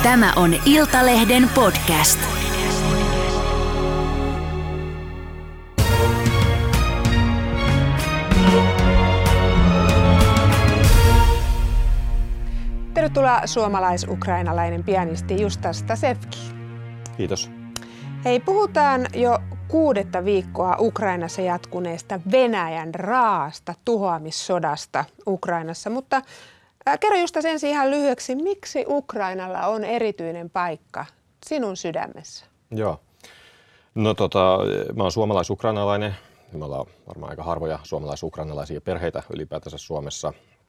Tämä on Iltalehden podcast. Tervetuloa suomalais-ukrainalainen pianisti Justa Stasevski. Kiitos. Hei, puhutaan jo 6. viikkoa Ukrainassa jatkuneesta Venäjän raasta tuhoamissodasta Ukrainassa, mutta kerro Justas ensin ihan lyhyeksi, miksi Ukrainalla on erityinen paikka sinun sydämessä? Joo. No mä oon suomalais-ukrainalainen. Me ollaan varmaan aika harvoja suomalais-ukrainalaisia perheitä ylipäätänsä Suomessa.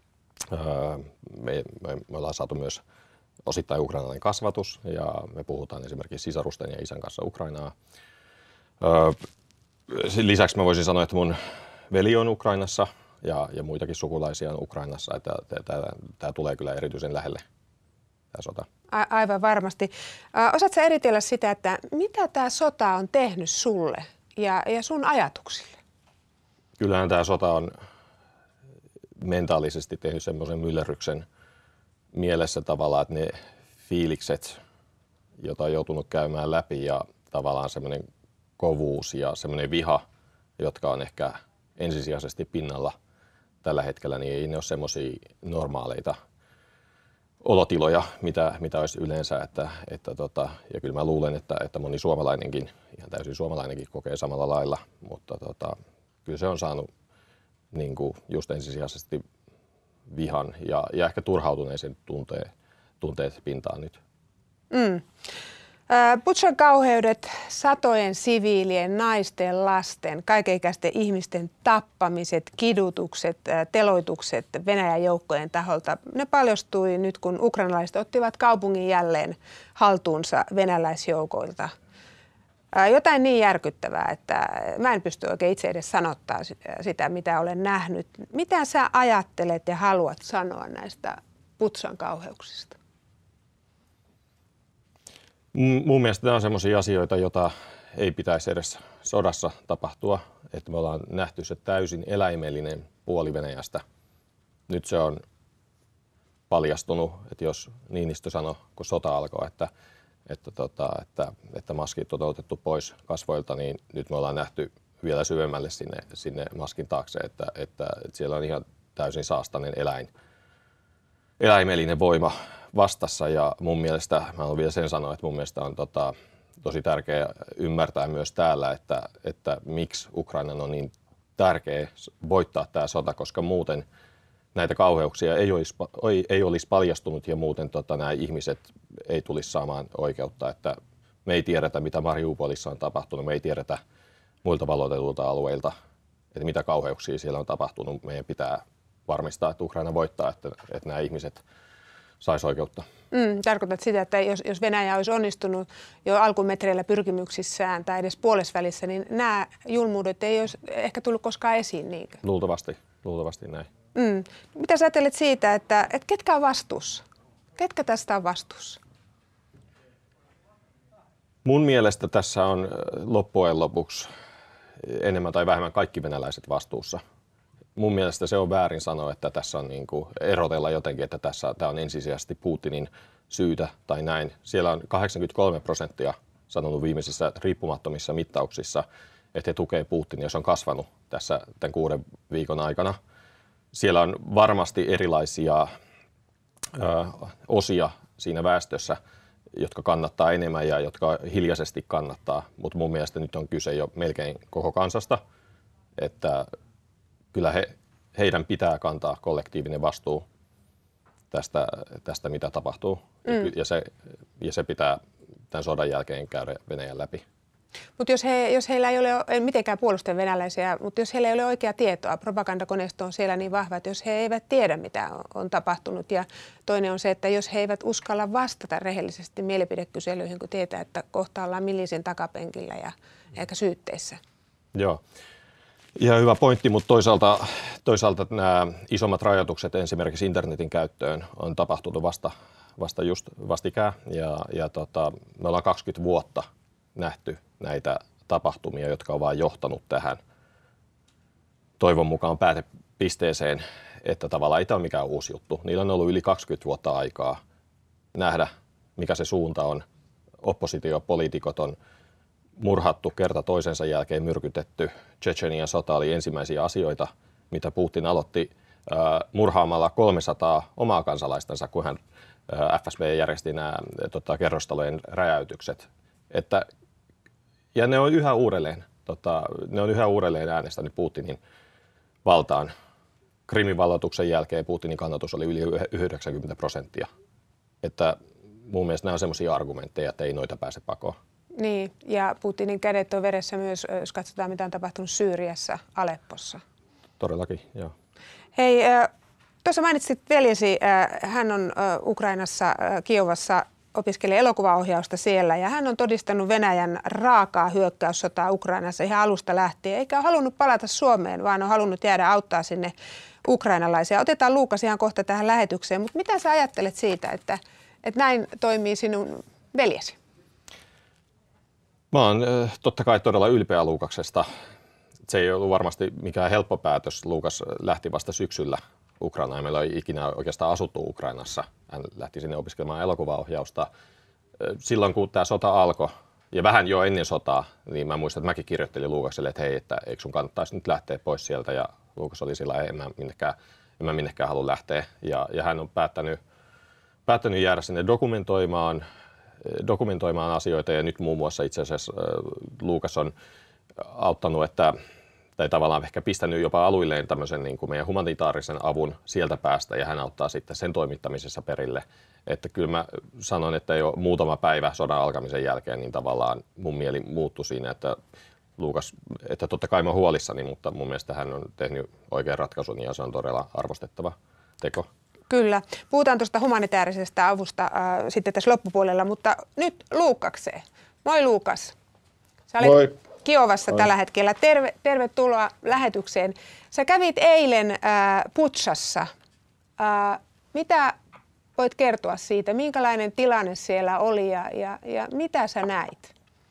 Me ollaan saatu myös osittain ukrainalainen kasvatus ja me puhutaan esimerkiksi sisarusten ja isän kanssa ukrainaa. Lisäksi mä voisin sanoa, että mun veli on Ukrainassa ja muitakin sukulaisia on Ukrainassa, että tämä tulee kyllä erityisen lähelle, tämä sota. Aivan varmasti. Osaatko eritellä sitä, että mitä tämä sota on tehnyt sulle ja sun ajatuksille? Kyllähän tämä sota on mentaalisesti tehnyt semmoisen myllerryksen mielessä tavallaan, että ne fiilikset, joita on joutunut käymään läpi ja tavallaan semmoinen kovuus ja semmoinen viha, jotka on ehkä ensisijaisesti pinnalla tällä hetkellä, niin ei ne ole semmoisia normaaleita olotiloja, mitä olisi yleensä. Ja kyllä mä luulen, että moni suomalainenkin, ihan täysin suomalainenkin kokee samalla lailla, mutta kyllä se on saanut niin kuin just ensisijaisesti vihan ja ehkä turhautuneisen tunteet pintaan nyt. Butšan kauheudet, satojen siviilien, naisten, lasten, kaikenikäisten ihmisten tappamiset, kidutukset, teloitukset Venäjän joukkojen taholta, ne paljastui nyt, kun ukrainalaiset ottivat kaupungin jälleen haltuunsa venäläisjoukoilta. Jotain niin järkyttävää, että mä en pysty oikein itse edes sanottaa sitä, mitä olen nähnyt. Mitä sä ajattelet ja haluat sanoa näistä Butšan kauheuksista? Mun mielestä nämä on sellaisia asioita, joita ei pitäisi edes sodassa tapahtua. Että me ollaan nähty se täysin eläimellinen puoli Venäjästä. Nyt se on paljastunut, että jos Niinistö sanoi, kun sota alkoi, että maskit on otettu pois kasvoilta, niin nyt me ollaan nähty vielä syvemmälle sinne maskin taakse, että siellä on ihan täysin saastainen eläimellinen voima vastassa. Ja mun mielestä, mä haluan vielä sen sanoa, että mun mielestä on tosi tärkeää ymmärtää myös täällä, että miksi Ukrainan on niin tärkeää voittaa tämä sota, koska muuten näitä kauheuksia ei olisi paljastunut ja muuten nämä ihmiset ei tulisi saamaan oikeutta. Että me ei tiedetä, mitä Mariupolissa on tapahtunut, me ei tiedetä muilta valloitetuilta alueilta, että mitä kauheuksia siellä on tapahtunut. Meidän pitää varmistaa, että Ukraina voittaa, että nämä ihmiset saisi oikeutta. Tarkoitat sitä, että jos Venäjä olisi onnistunut jo alkumetreillä pyrkimyksissään tai edes puolesvälissä, niin nämä julmuudet ei olisi ehkä tullut koskaan esiin niinkö? Luultavasti näin. Mitä sä ajattelet siitä, että ketkä on vastuussa? Ketkä tästä on vastuussa? Mun mielestä tässä on loppujen lopuksi enemmän tai vähemmän kaikki venäläiset vastuussa. Mun mielestä se on väärin sanoa, että tässä on niin kuin erotella jotenkin, että tämä on ensisijaisesti Putinin syytä tai näin. Siellä on 83% sanonut viimeisissä riippumattomissa mittauksissa, että he tukee Putinia. Se on kasvanut tässä tämän 6 viikon aikana. Siellä on varmasti erilaisia osia siinä väestössä, jotka kannattaa enemmän ja jotka hiljaisesti kannattaa, mutta mun mielestä nyt on kyse jo melkein koko kansasta, että kyllä heidän pitää kantaa kollektiivinen vastuu tästä mitä tapahtuu ja se pitää tämän sodan jälkeen käydä Venäjän läpi. Mutta jos heillä ei ole, en mitenkään puolusta venäläisiä, mutta jos heillä ei ole oikeaa tietoa, propagandakoneisto on siellä niin vahva, että jos he eivät tiedä, mitä on tapahtunut. Ja toinen on se, että jos he eivät uskalla vastata rehellisesti mielipidekyselyihin, kun tietää, että kohta ollaan millisen takapenkillä ja ehkä syytteissä. Joo. Ihan hyvä pointti, mutta toisaalta nämä isommat rajoitukset esimerkiksi internetin käyttöön on tapahtunut vasta just vastikään. Me ollaan 20 vuotta nähty näitä tapahtumia, jotka on vaan johtanut tähän toivon mukaan päätepisteeseen, että tavallaan ei tämä ole mikään uusi juttu. Niillä on ollut yli 20 vuotta aikaa nähdä mikä se suunta on. Oppositiopoliitikot on murhattu kerta toisensa jälkeen, myrkytetty. Tšetšenian sota oli ensimmäisiä asioita, mitä Putin aloitti murhaamalla 300 omaa kansalaistansa, kun hän FSB järjesti nämä kerrostalojen räjäytykset. Ja ne on yhä uudelleen äänestänyt Putinin valtaan. Krimin valloituksen jälkeen Putinin kannatus oli yli 90%. Että mun mielestä nämä on sellaisia argumentteja, että ei noita pääse pakoon. Niin, ja Putinin kädet on veressä myös, jos katsotaan mitä on tapahtunut Syyriassa, Aleppossa. Todellakin, joo. Hei, tuossa mainitsit veljesi, hän on Ukrainassa, Kiovassa, opiskelee elokuvaohjausta siellä ja hän on todistanut Venäjän raakaa hyökkäyssotaa Ukrainassa ihan alusta lähtien, eikä ole halunnut palata Suomeen, vaan on halunnut jäädä auttaa sinne ukrainalaisia. Otetaan Luukas ihan kohta tähän lähetykseen, mutta mitä sä ajattelet siitä, että näin toimii sinun veljesi? Mä oon totta kai todella ylpeä Luukaksesta. Se ei ollut varmasti mikään helppo päätös. Luukas lähti vasta syksyllä Ukrainaan. Meillä ei ikinä oikeastaan asuttu Ukrainassa. Hän lähti sinne opiskelemaan elokuvaohjausta. Silloin kun tämä sota alkoi, ja vähän jo ennen sotaa, niin mä muistan, että mäkin kirjoittelin Luukakselle, että hei, että eikö sun kannattaisi nyt lähteä pois sieltä. Ja Luukas oli sillä, että en mä minnekään halua lähteä. Ja hän on päättänyt jäädä sinne dokumentoimaan asioita. Ja nyt muun muassa itse asiassa Luukas on auttanut, tai tavallaan ehkä pistänyt jopa aluilleen tämmöisen niin kuin meidän humanitaarisen avun sieltä päästä, ja hän auttaa sitten sen toimittamisessa perille. Että kyllä mä sanon, että jo muutama päivä sodan alkamisen jälkeen, niin tavallaan mun mieli muuttui siinä, että Luukas, että totta kai mä oon huolissani, mutta mun mielestä hän on tehnyt oikean ratkaisun, ja se on todella arvostettava teko. Kyllä. Puhutaan tuosta humanitaarisesta avusta sitten tässä loppupuolella, mutta nyt Luukakseen. Moi Luukas. Moi. Kiovassa tällä hetkellä. Tervetuloa lähetykseen. Sä kävit eilen Butšassa. Mitä voit kertoa siitä? Minkälainen tilanne siellä oli ja mitä sä näit?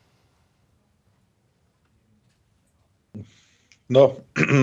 No,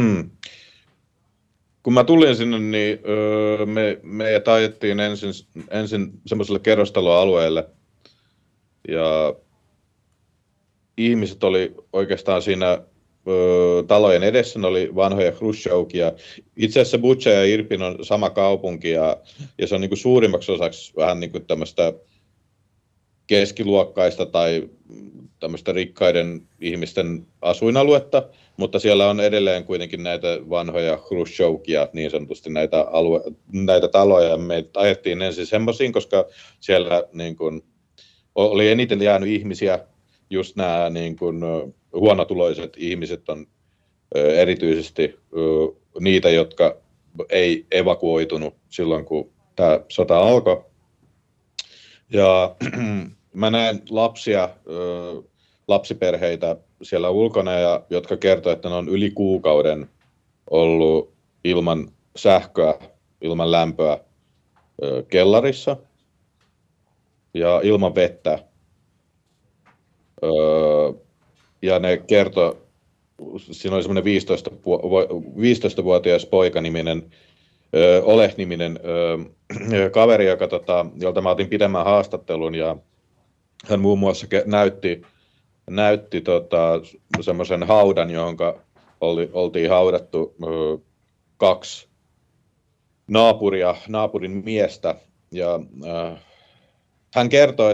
kun mä tulin sinne, niin meidät ajettiin ensin semmoiselle kerrostaloalueelle. Ja ihmiset oli oikeastaan siinä talojen edessä, ne oli vanhoja Hruščovkia. Itse asiassa Butša ja Irpin on sama kaupunki ja se on niin kuin suurimmaksi osaksi vähän niin kuin tämmöistä keskiluokkaista tai tämmöistä rikkaiden ihmisten asuinaluetta, mutta siellä on edelleen kuitenkin näitä vanhoja Hruščovkia, niin sanotusti näitä taloja. Me ajettiin ensin semmoisiin, koska siellä niin kuin oli eniten jäänyt ihmisiä. Just nämä niin kuin huonotuloiset ihmiset on erityisesti niitä, jotka ei evakuoitunut silloin, kun tämä sota alkoi. Ja mä näen lapsiperheitä siellä ulkona, jotka kertovat, että ne on yli kuukauden ollut ilman sähköä, ilman lämpöä kellarissa ja ilman vettä. Ja ne kertoi, siinä oli semmoinen 15-vuotias poika-niminen, Oleh-niminen kaveri, jolta mä otin pidemmän haastattelun, ja hän muun muassa näytti semmoisen haudan, johon oltiin haudattu 2 naapurin miestä, ja hän kertoi,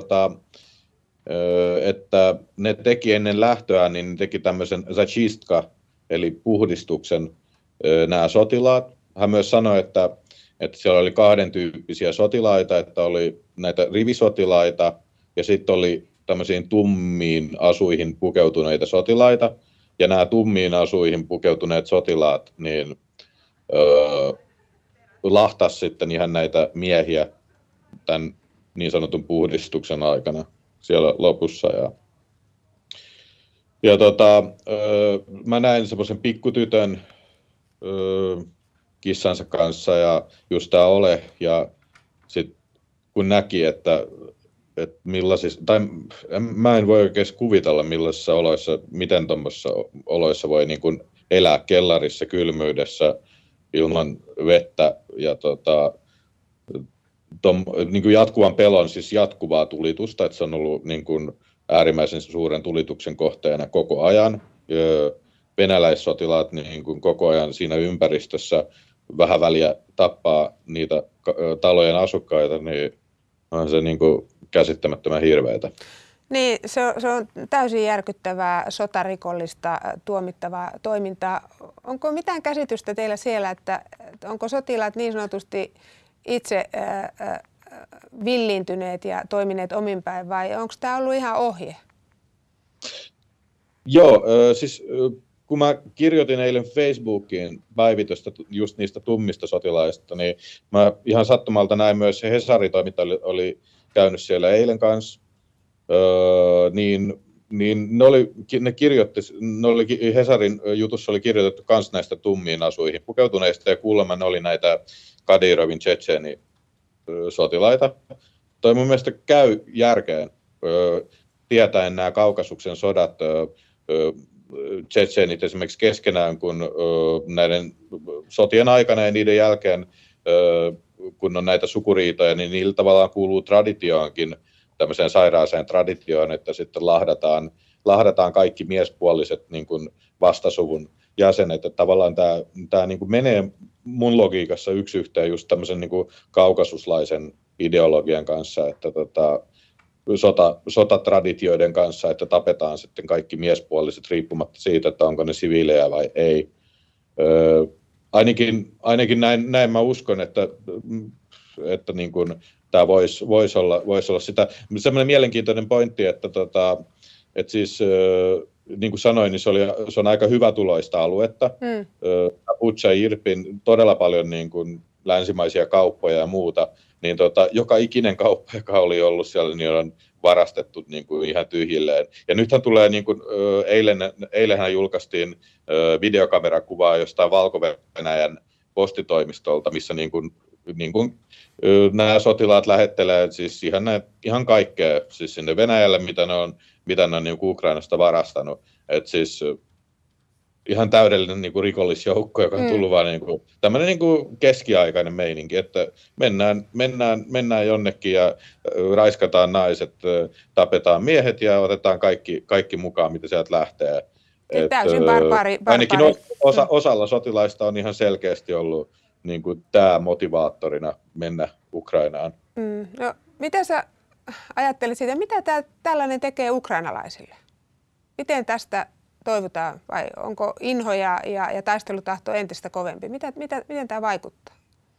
että ne teki ennen lähtöä, niin ne teki tämmöisen zachystka, eli puhdistuksen nämä sotilaat. Hän myös sanoi, että siellä oli 2 tyyppisiä sotilaita, että oli näitä rivisotilaita ja sitten oli tämmöisiin tummiin asuihin pukeutuneita sotilaita. Ja nämä tummiin asuihin pukeutuneet sotilaat niin lahtas sitten ihan näitä miehiä tämän niin sanotun puhdistuksen aikana siellä lopussa. Ja mä näin semmoisen pikkutytön kissansa kanssa ja just tää Ole, ja sit kun näki, että millaisissa, tai mä en voi oikein kuvitella millaisissa oloissa, miten tuommoisissa oloissa voi niin kuin elää kellarissa kylmyydessä ilman vettä ja niin kuin jatkuvan pelon, siis jatkuvaa tulitusta, että se on ollut niin kuin äärimmäisen suuren tulituksen kohteena koko ajan. Venäläissotilaat niin kuin koko ajan siinä ympäristössä vähän väliä tappaa niitä talojen asukkaita, niin on se niin kuin käsittämättömän hirveätä. Niin, se on täysin järkyttävää sotarikollista tuomittavaa toimintaa. Onko mitään käsitystä teillä siellä, että onko sotilaat niin sanotusti itse villiintyneet ja toimineet omin päin vai onko tämä ollut ihan ohje? Joo, siis kun mä kirjoitin eilen Facebookiin päivitystä just niistä tummista sotilaista, niin mä ihan sattumalta näin myös Hesari-toimittaja oli käynyt siellä eilen kanssa, niin Hesarin jutussa oli kirjoitettu myös näistä tummiin asuihin pukeutuneista ja kuulemma ne oli näitä Kadirovin Tšetšeni-sotilaita. Toi mun mielestä käy järkeen, tietäen nämä Kaukasuksen sodat, Tšetšenit esimerkiksi keskenään, kun näiden sotien aikana ja niiden jälkeen, kun on näitä sukuriitoja, niin niillä tavallaan kuuluu traditioonkin, tämmöiseen sairaaseen traditioon, että sitten lahdataan kaikki miespuoliset niin kuin vastasuvun jäsenet. Että tavallaan tämä niin kuin menee mun logiikassa yksi yhteen just tämmöisen niin kuin kaukasuslaisen ideologian kanssa, että sotatraditioiden kanssa, että tapetaan sitten kaikki miespuoliset riippumatta siitä, että onko ne siviilejä vai ei. Ainakin näin mä uskon, että niin kuin tämä voisi olla sitä. Semmoinen mielenkiintoinen pointti, että siis niin kuin sanoin, niin se on aika hyvätuloista aluetta. Bucha ja Irpin todella paljon niin kuin länsimaisia kauppoja ja muuta, niin joka ikinen kauppa, joka oli ollut siellä, niin on varastettu niin kuin ihan tyhjilleen. Ja nythän tulee, niin kuin eilenhän julkaistiin videokamerakuvaa jostain Valko-Venäjän postitoimistolta, missä niin kuin nämä sotilaat lähettelee siis ihan kaikkea siis sinne Venäjälle, mitä ne on niin kuin Ukrainasta varastanut. Et siis ihan täydellinen niin kuin rikollisjoukko, joka on tullut vaan niin kuin, tämmöinen niin kuin keskiaikainen meininki, että mennään jonnekin ja raiskataan naiset, tapetaan miehet ja otetaan kaikki mukaan, mitä sieltä lähtee. Täysin barbaari. Ainakin osalla sotilaista on ihan selkeästi ollut niin kuin tämä motivaattorina mennä Ukrainaan. No, mitä sä ajattelit siitä, mitä tällainen tekee ukrainalaisille? Miten tästä toivotaan vai onko inho ja taistelutahto entistä kovempi? Miten tämä vaikuttaa?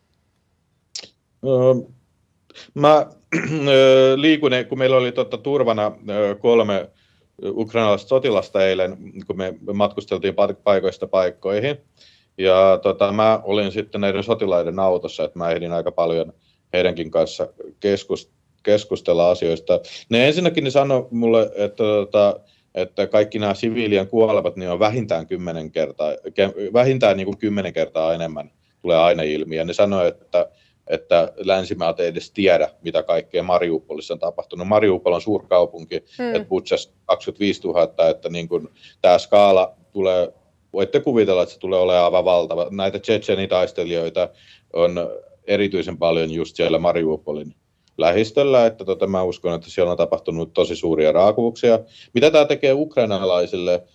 Mä liikuin, kun meillä oli turvana 3 ukrainalaista sotilasta eilen, kun me matkusteltiin paikoista paikkoihin. Ja mä olin sitten näiden sotilaiden autossa, että mä ehdin aika paljon heidänkin kanssa keskustella asioista. Ne ensinnäkin sanoi mulle, että kaikki nämä siviilien kuolevat niin on vähintään 10 kertaa enemmän tulee aina ilmi. Ja ne sanoi, että länsimaat ei edes tiedä, mitä kaikkea Mariupolissa on tapahtunut. Mariupol on suurkaupunki, että Butšassa 25 000, että niin kun tämä skaala tulee, voitte kuvitella, että se tulee olemaan aivan valtava. Näitä Tšetšenitaistelijoita on erityisen paljon just siellä Mariupolin lähistöllä, että mä uskon, että siellä on tapahtunut tosi suuria raakuuksia. Mitä tämä tekee ukrainalaisille?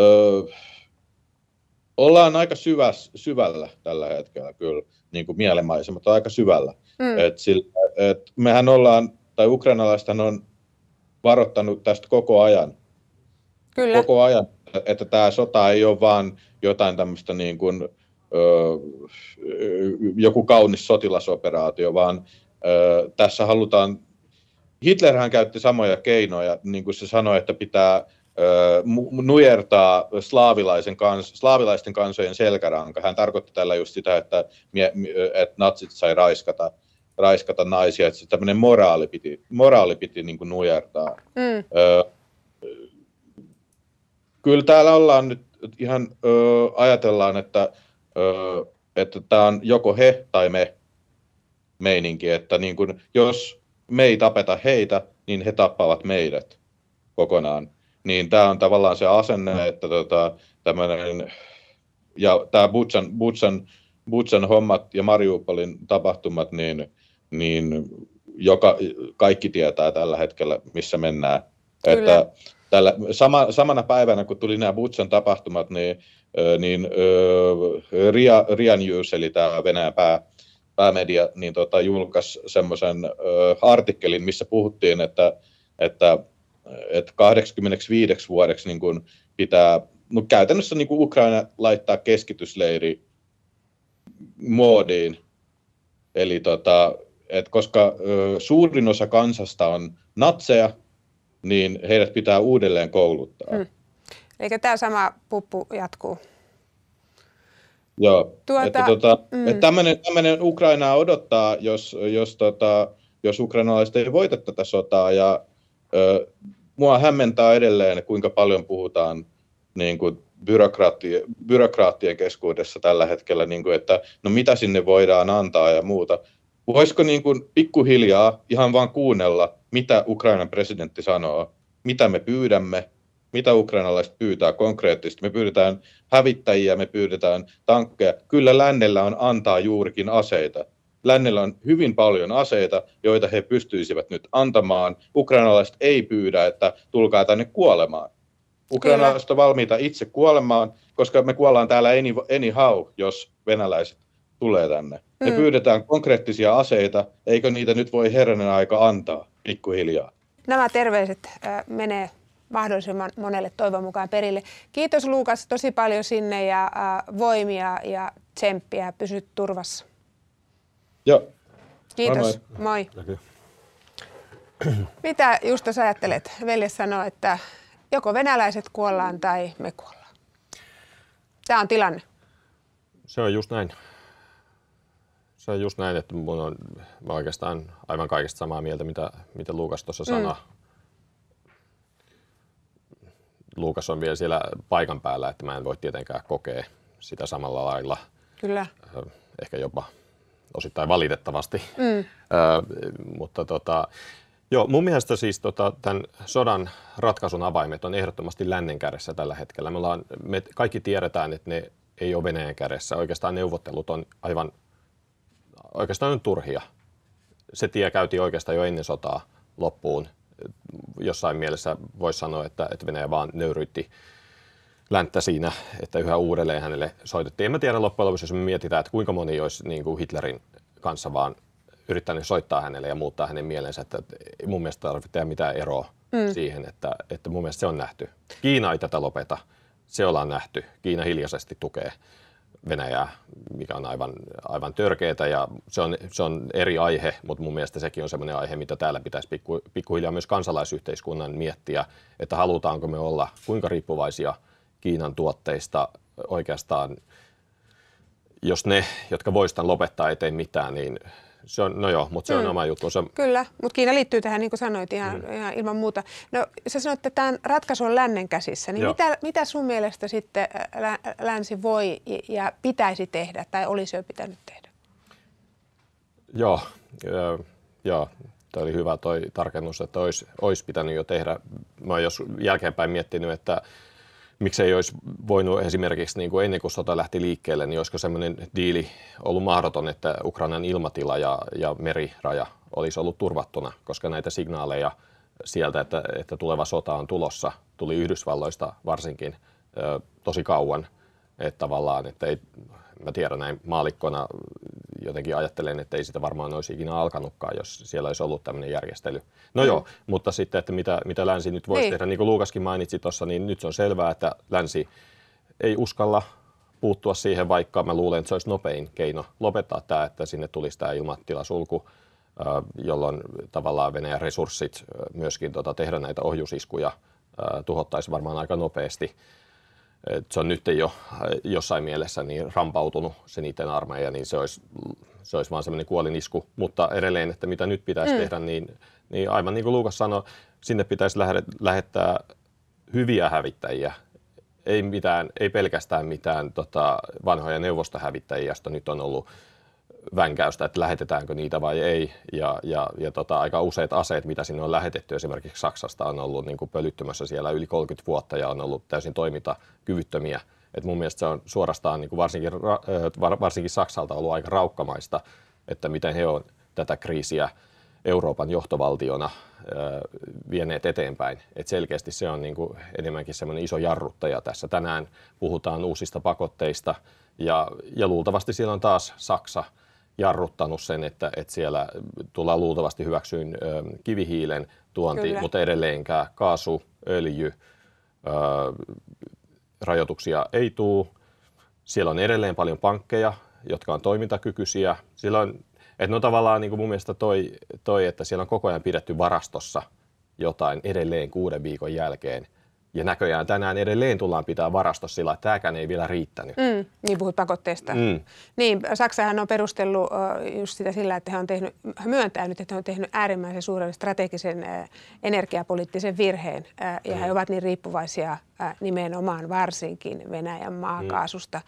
Ollaan aika syvällä tällä hetkellä kyllä, niin kuin mielenmaisemat on aika syvällä. Mehän ukrainalaisethan on varoittanut tästä koko ajan. Kyllä. Koko ajan, että tämä sota ei ole vaan jotain tämmöistä niin kuin, joku kaunis sotilasoperaatio, vaan tässä halutaan, Hitlerhän samoja keinoja, niin kuin se sanoi, että pitää nujertaa slaavilaisten kansojen selkäranka. Hän tarkoitti tällä just sitä, että natsit sai raiskata naisia, että tämmöinen moraali piti niin kuin nujertaa. Kyllä täällä ollaan nyt ihan, ajatellaan, että tämä on joko he tai me meininki, että niin kun, jos me ei tapeta heitä, niin he tappavat meidät kokonaan. Niin tämä on tavallaan se asenne, että tämmöinen, ja tämä Butšan hommat ja Mariupolin tapahtumat, niin niin kaikki tietää tällä hetkellä, missä mennään. Kyllä. Että samana päivänä, kun tuli nämä Butšan tapahtumat, niin RIA News, eli tämä Venäjän päämedia, niin julkaisi semmoisen artikkelin, missä puhuttiin, että 85 vuodeksi niin kun pitää käytännössä niin kun Ukraina laittaa keskitysleiri moodiin. Eli koska suurin osa kansasta on natseja, niin heidät pitää uudelleen kouluttaa. Eikä tämä sama puppu jatkuu? Joo, että tämmöinen Ukrainaa odottaa, jos ukrainalaiset ei voita tätä sotaa, ja mua hämmentää edelleen, kuinka paljon puhutaan niin kuin byrokraattien keskuudessa tällä hetkellä, niin kuin, että no mitä sinne voidaan antaa ja muuta. Voisiko niin kuin pikkuhiljaa ihan vaan kuunnella, mitä Ukrainan presidentti sanoo, mitä me pyydämme, mitä ukrainalaiset pyytää konkreettisesti. Me pyydetään hävittäjiä, me pyydetään tankkeja. Kyllä lännellä on antaa juurikin aseita. Lännellä on hyvin paljon aseita, joita he pystyisivät nyt antamaan. Ukrainalaiset ei pyydä, että tulkaa tänne kuolemaan. Ukrainalaiset on valmiita itse kuolemaan, koska me kuollaan täällä anyhow, jos venäläiset tulee tänne. Me pyydetään konkreettisia aseita, eikö niitä nyt voi herranen aika antaa pikkuhiljaa? Nämä terveiset menee mahdollisimman monelle toivon mukaan perille. Kiitos Luukas tosi paljon sinne ja voimia ja tsemppiä. Pysy turvassa. Joo. Kiitos. Moi. Mitä Justus ajattelet? Veljes sanoo, että joko venäläiset kuollaan tai me kuollaan. Tämä on tilanne. Se on just näin. Se on just näin, että mä oikeastaan aivan kaikesta samaa mieltä, mitä Luukas tuossa sanoi. Luukas on vielä siellä paikan päällä, että mä en voi tietenkään kokea sitä samalla lailla. Kyllä. Ehkä jopa osittain valitettavasti. Mutta joo, mun mielestä siis tämän sodan ratkaisun avaimet on ehdottomasti lännen kädessä tällä hetkellä. Me kaikki tiedetään, että ne ei ole Venäjän kädessä. Oikeastaan neuvottelut on oikeastaan turhia. Se tie käytiin oikeastaan jo ennen sotaa loppuun. Jossain mielessä voisi sanoa, että Venäjä vaan nöyryytti länttä siinä, että yhä uudelleen hänelle soitettiin. En mä tiedä loppujen lopuksi, jos me mietitään, että kuinka moni olisi niin kuin Hitlerin kanssa vaan yrittänyt soittaa hänelle ja muuttaa hänen mielensä, että mun mielestä tarvitsee tehdä mitään eroa siihen, että mun mielestä se on nähty. Kiina ei tätä lopeta, se ollaan nähty. Kiina hiljaisesti tukee Venäjää, mikä on aivan törkeätä ja se on eri aihe, mutta mun mielestä sekin on semmoinen aihe, mitä täällä pitäisi pikkuhiljaa myös kansalaisyhteiskunnan miettiä, että halutaanko me olla kuinka riippuvaisia Kiinan tuotteista oikeastaan, jos ne, jotka voisivat lopettaa, ei tee mitään, niin se on, no joo, mutta se on oma juttunsa. Kyllä, mutta Kiina liittyy tähän, niin kuin sanoit, ihan ilman muuta. No sä sanoit, että tämä ratkaisu on lännen käsissä, niin mitä sun mielestä sitten länsi voi ja pitäisi tehdä tai olisi jo pitänyt tehdä? Joo, toi oli hyvä toi tarkennus, että olisi pitänyt jo tehdä. Mä oon jos jälkeenpäin miettinyt, että miksei olisi voinut esimerkiksi niin kuin ennen kuin sota lähti liikkeelle, niin olisiko semmoinen diili ollut mahdoton, että Ukrainan ilmatila ja meriraja olisi ollut turvattuna, koska näitä signaaleja sieltä, että tuleva sota on tulossa, tuli Yhdysvalloista varsinkin tosi kauan, että tavallaan, että ei, mä tiedän näin maalikkona jotenkin ajattelen, että ei sitä varmaan olisi ikinä alkanutkaan, jos siellä olisi ollut tämmöinen järjestely. No joo, mutta sitten, että mitä länsi nyt voisi tehdä, niin kuin Luukaskin mainitsi tuossa, niin nyt se on selvää, että länsi ei uskalla puuttua siihen, vaikka mä luulen, että se olisi nopein keino lopettaa tämä, että sinne tulisi tämä ilmatilasulku, jolloin tavallaan Venäjän resurssit myöskin tehdä näitä ohjusiskuja tuhottaisi varmaan aika nopeasti. Se on nyt jo jossain mielessä niin rampautunut se niiden armeija, niin se olisi vaan semmoinen kuolinisku. Mutta edelleen, että mitä nyt pitäisi tehdä, niin aivan niin kuin Luukas sanoi, sinne pitäisi lähettää hyviä hävittäjiä. Ei pelkästään mitään vanhoja neuvostohävittäjiä, joista nyt on ollut vänkäystä, että lähetetäänkö niitä vai ei. Ja aika useat aseet, mitä sinne on lähetetty, esimerkiksi Saksasta on ollut niin kuin pölyttymässä siellä yli 30 vuotta ja on ollut täysin toimintakyvyttömiä. Et mun mielestä se on suorastaan niin kuin varsinkin Saksalta ollut aika raukkamaista, että miten he on tätä kriisiä Euroopan johtovaltiona vieneet eteenpäin. Et selkeästi se on niin kuin enemmänkin semmoinen iso jarruttaja tässä. Tänään puhutaan uusista pakotteista ja luultavasti siellä on taas Saksa jarruttanut sen, että siellä tullaan luultavasti hyväksyyn kivihiilen tuonti, Kyllä. mutta edelleenkään kaasu, öljy, rajoituksia ei tule. Siellä on edelleen paljon pankkeja, jotka on toimintakykyisiä. Siellä on, että no tavallaan niin kuin mun mielestä toi, että siellä on koko ajan pidetty varastossa jotain edelleen 6 viikon jälkeen. Ja näköjään tänään edelleen tullaan pitää varastossa sillä, että tämäkään ei vielä riittänyt. Niin puhut pakotteista. Niin, Saksahan on perustellut just sitä sillä, että he myöntää nyt, että he on tehnyt äärimmäisen suuren strategisen energiapoliittisen virheen. Ja he ovat niin riippuvaisia nimenomaan varsinkin Venäjän maakaasusta.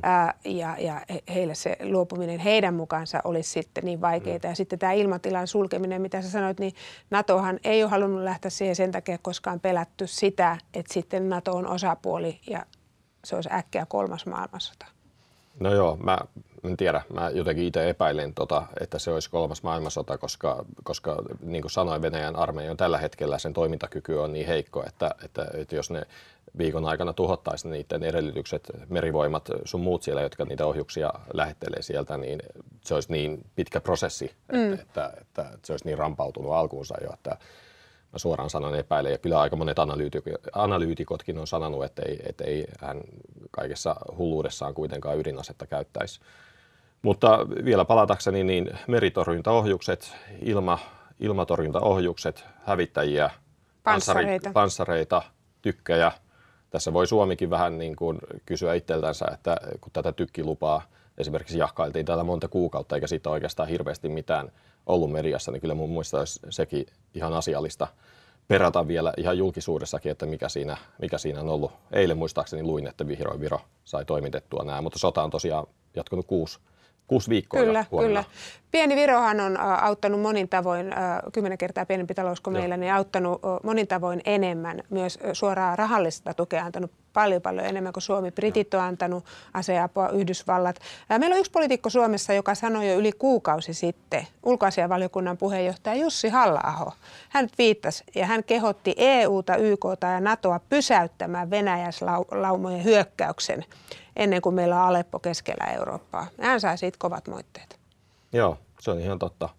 Ja heille se luopuminen heidän mukaansa olisi sitten niin vaikeaa. Ja sitten tämä ilmatilan sulkeminen, mitä sä sanoit, niin NATOhan ei ole halunnut lähteä siihen sen takia, koska on pelätty sitä, että sitten NATO on osapuoli ja se olisi äkkiä 3. maailmansota. No joo, mä en tiedä. Mä jotenkin itse epäilen, että se olisi 3. maailmansota, koska niin kuin sanoin, Venäjän armeija on tällä hetkellä, sen toimintakyky on niin heikko, että jos ne viikon aikana tuhottaisi niiden edellytykset, merivoimat sun muut siellä, jotka niitä ohjuksia lähettelee sieltä, niin se olisi niin pitkä prosessi, että se olisi niin rampautunut alkuunsa jo, että mä suoraan sanon epäilen. Ja kyllä aika monet analyytikotkin on sanonut, että ei hän kaikessa hulluudessaan kuitenkaan ydinasetta käyttäisi. Mutta vielä palatakseni, niin meritorjuntaohjukset, ilmatorjuntaohjukset, hävittäjiä, panssareita, tykkejä. Tässä voi Suomikin vähän niin kuin kysyä itseltänsä, että kun tätä tykkilupaa esimerkiksi jahkailtiin täällä monta kuukautta, eikä siitä oikeastaan hirveästi mitään ollut mediassa, niin kyllä mun muista olisi sekin ihan asiallista perata vielä ihan julkisuudessakin, että mikä siinä on ollut. Eilen muistaakseni luin, että Viro sai toimitettua nämä, mutta sota on tosiaan jatkunut 6 viikkoa. Kyllä. Pieni Virohan on auttanut monin tavoin, 10 kertaa pienempi talous kuin meillä, niin auttanut monin tavoin enemmän. Myös suoraa rahallista tukea antanut paljon enemmän kuin Suomi. Britit on antanut aseapua, Yhdysvallat. Meillä on yksi poliitikko Suomessa, joka sanoi jo yli kuukausi sitten, ulkoasiainvaliokunnan puheenjohtaja Jussi Halla-aho. Hän viittasi ja hän kehotti EUta, YKta ja NATOa pysäyttämään venäläislaumojen hyökkäyksen ennen kuin meillä on Aleppo keskellä Eurooppaa. Hän sai siitä kovat moitteet. Joo, se on ihan totta.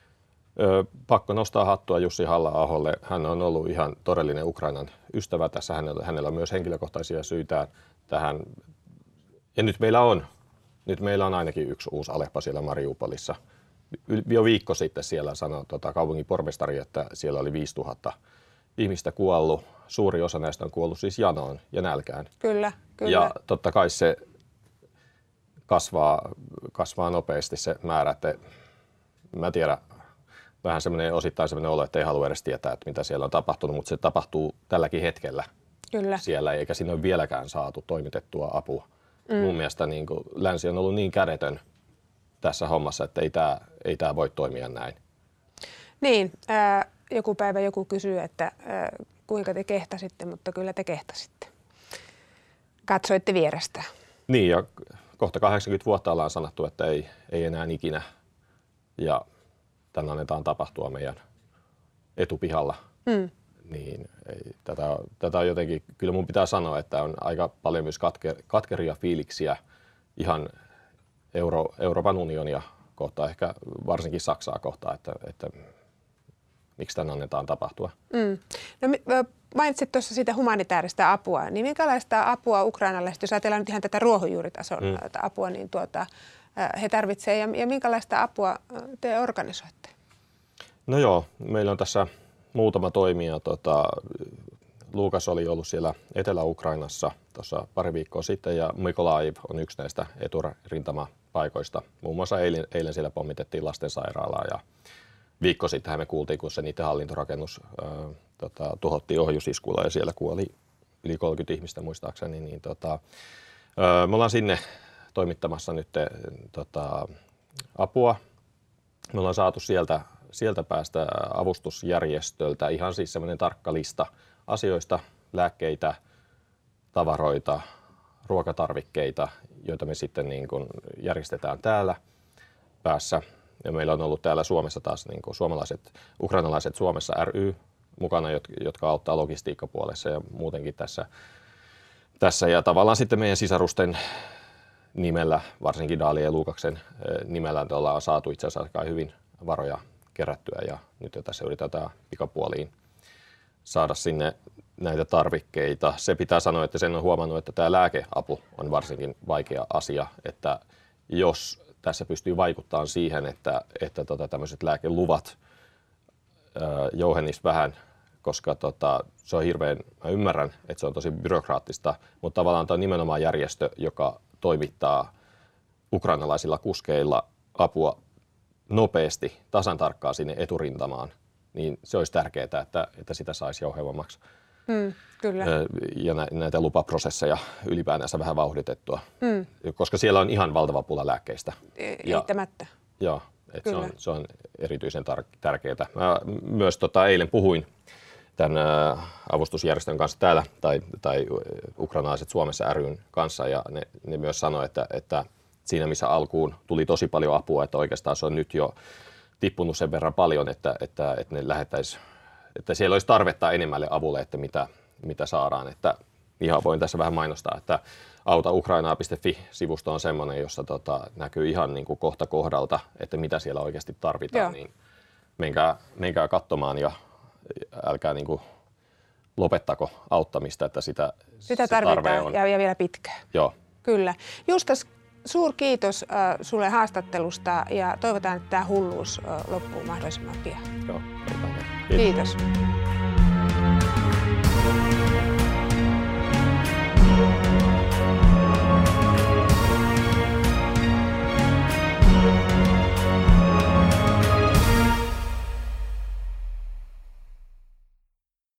Pakko nostaa hattua Jussi Halla-aholle. Hän on ollut ihan todellinen Ukrainan ystävä tässä. Hänellä on myös henkilökohtaisia syitä tähän. Ja nyt meillä on ainakin yksi uusi Aleppo siellä Mariupolissa. Jo viikko sitten siellä sanoi kaupungin pormestari, että siellä oli 5000 ihmistä kuollut. Suuri osa näistä on kuollut siis janoon ja nälkään. Kyllä. Ja totta kai se kasvaa nopeasti se määrä, että mä tiedän, vähän osittain semmoinen olo, että ei halua edes tietää, että mitä siellä on tapahtunut, mutta se tapahtuu tälläkin hetkellä siellä, eikä siinä ole vieläkään saatu toimitettua apua. Mun mielestä niin kuin länsi on ollut niin kädetön tässä hommassa, että ei tää voi toimia näin. Niin, joku päivä joku kysyy, että kuinka te kehtasitte, mutta kyllä te kehtasitte. Katsoitte vierestä. Niin, ja kohta 80 vuotta ollaan sanottu, että ei enää ikinä. Ja tämän annetaan tapahtua meidän etupihalla. Niin tätä on jotenkin, kyllä mun pitää sanoa, että on aika paljon myös katkeria fiiliksiä ihan Euroopan unionia kohtaan, ehkä varsinkin Saksaa kohtaan, että miksi tämän annetaan tapahtua. No, mainitsit tuossa siitä humanitaarista apua, niin minkälaista apua Ukrainalle, jos ajatellaan nyt ihan tätä ruohonjuuritason apua, niin he tarvitsevat ja minkälaista apua te organisoitte? No joo, meillä on tässä muutama toimija. Luukas oli ollut siellä Etelä-Ukrainassa tuossa pari viikkoa sitten ja Mykolaiv on yksi näistä eturintamavaikoista. Muun muassa eilen siellä pommitettiin lastensairaalaa ja viikko sitten me kuultiin, kun se niiden hallintorakennus tuhottiin ohjusiskulla ja siellä kuoli yli 30 ihmistä muistaakseni. Niin me ollaan sinne toimittamassa nyt apua. Me ollaan saatu sieltä päästä avustusjärjestöltä ihan siis semmoinen tarkka lista asioista, lääkkeitä, tavaroita, ruokatarvikkeita, joita me sitten niin kuin järjestetään täällä päässä. Ja meillä on ollut täällä Suomessa taas niin kuin ukrainalaiset Suomessa ry mukana, jotka auttaa logistiikkapuolessa ja muutenkin tässä. Ja tavallaan sitten meidän sisarusten nimellä, varsinkin Daalia ja Luukaksen nimellä, ollaan saatu itse asiassa aika hyvin varoja kerättyä ja nyt jo tässä yritetään pikapuoliin saada sinne näitä tarvikkeita. Se pitää sanoa, että sen on huomannut, että tämä lääkeapu on varsinkin vaikea asia, että jos tässä pystyy vaikuttamaan siihen, että tämmöiset lääkeluvat jouhenis vähän, koska se on hirveän, mä ymmärrän, että se on tosi byrokraattista, mutta tavallaan tämä on nimenomaan järjestö, joka toimittaa ukrainalaisilla kuskeilla apua nopeasti, tasan tarkkaan sinne eturintamaan, niin se olisi tärkeää, että sitä saisi jouhevammaksi. Kyllä. Ja näitä lupaprosesseja ylipäänsä vähän vauhditettua, koska siellä on ihan valtava pula lääkkeistä. Eittämättä. Joo, että se on erityisen tärkeää. Mä myös eilen puhuin tämän avustusjärjestön kanssa täällä, tai ukrainalaiset Suomessa ryn kanssa, ja ne myös sanoi, että siinä missä alkuun tuli tosi paljon apua, että oikeastaan se on nyt jo tippunut sen verran paljon, että ne lähettäisiin, että siellä olisi tarvetta enemmälle avulle, että mitä saadaan. Että ihan voin tässä vähän mainostaa, että autaukrainaa.fi-sivusto on semmoinen, jossa näkyy ihan niin kuin kohta kohdalta, että mitä siellä oikeasti tarvitaan. Niin menkää katsomaan ja älkää niin kuin lopettako auttamista, että sitä tarvitaan on. Ja vielä pitkään. Joo. Kyllä. Justas, suurkiitos sulle haastattelusta ja toivotaan, että tämä hulluus loppuu mahdollisimman pian. Joo, Kiitos.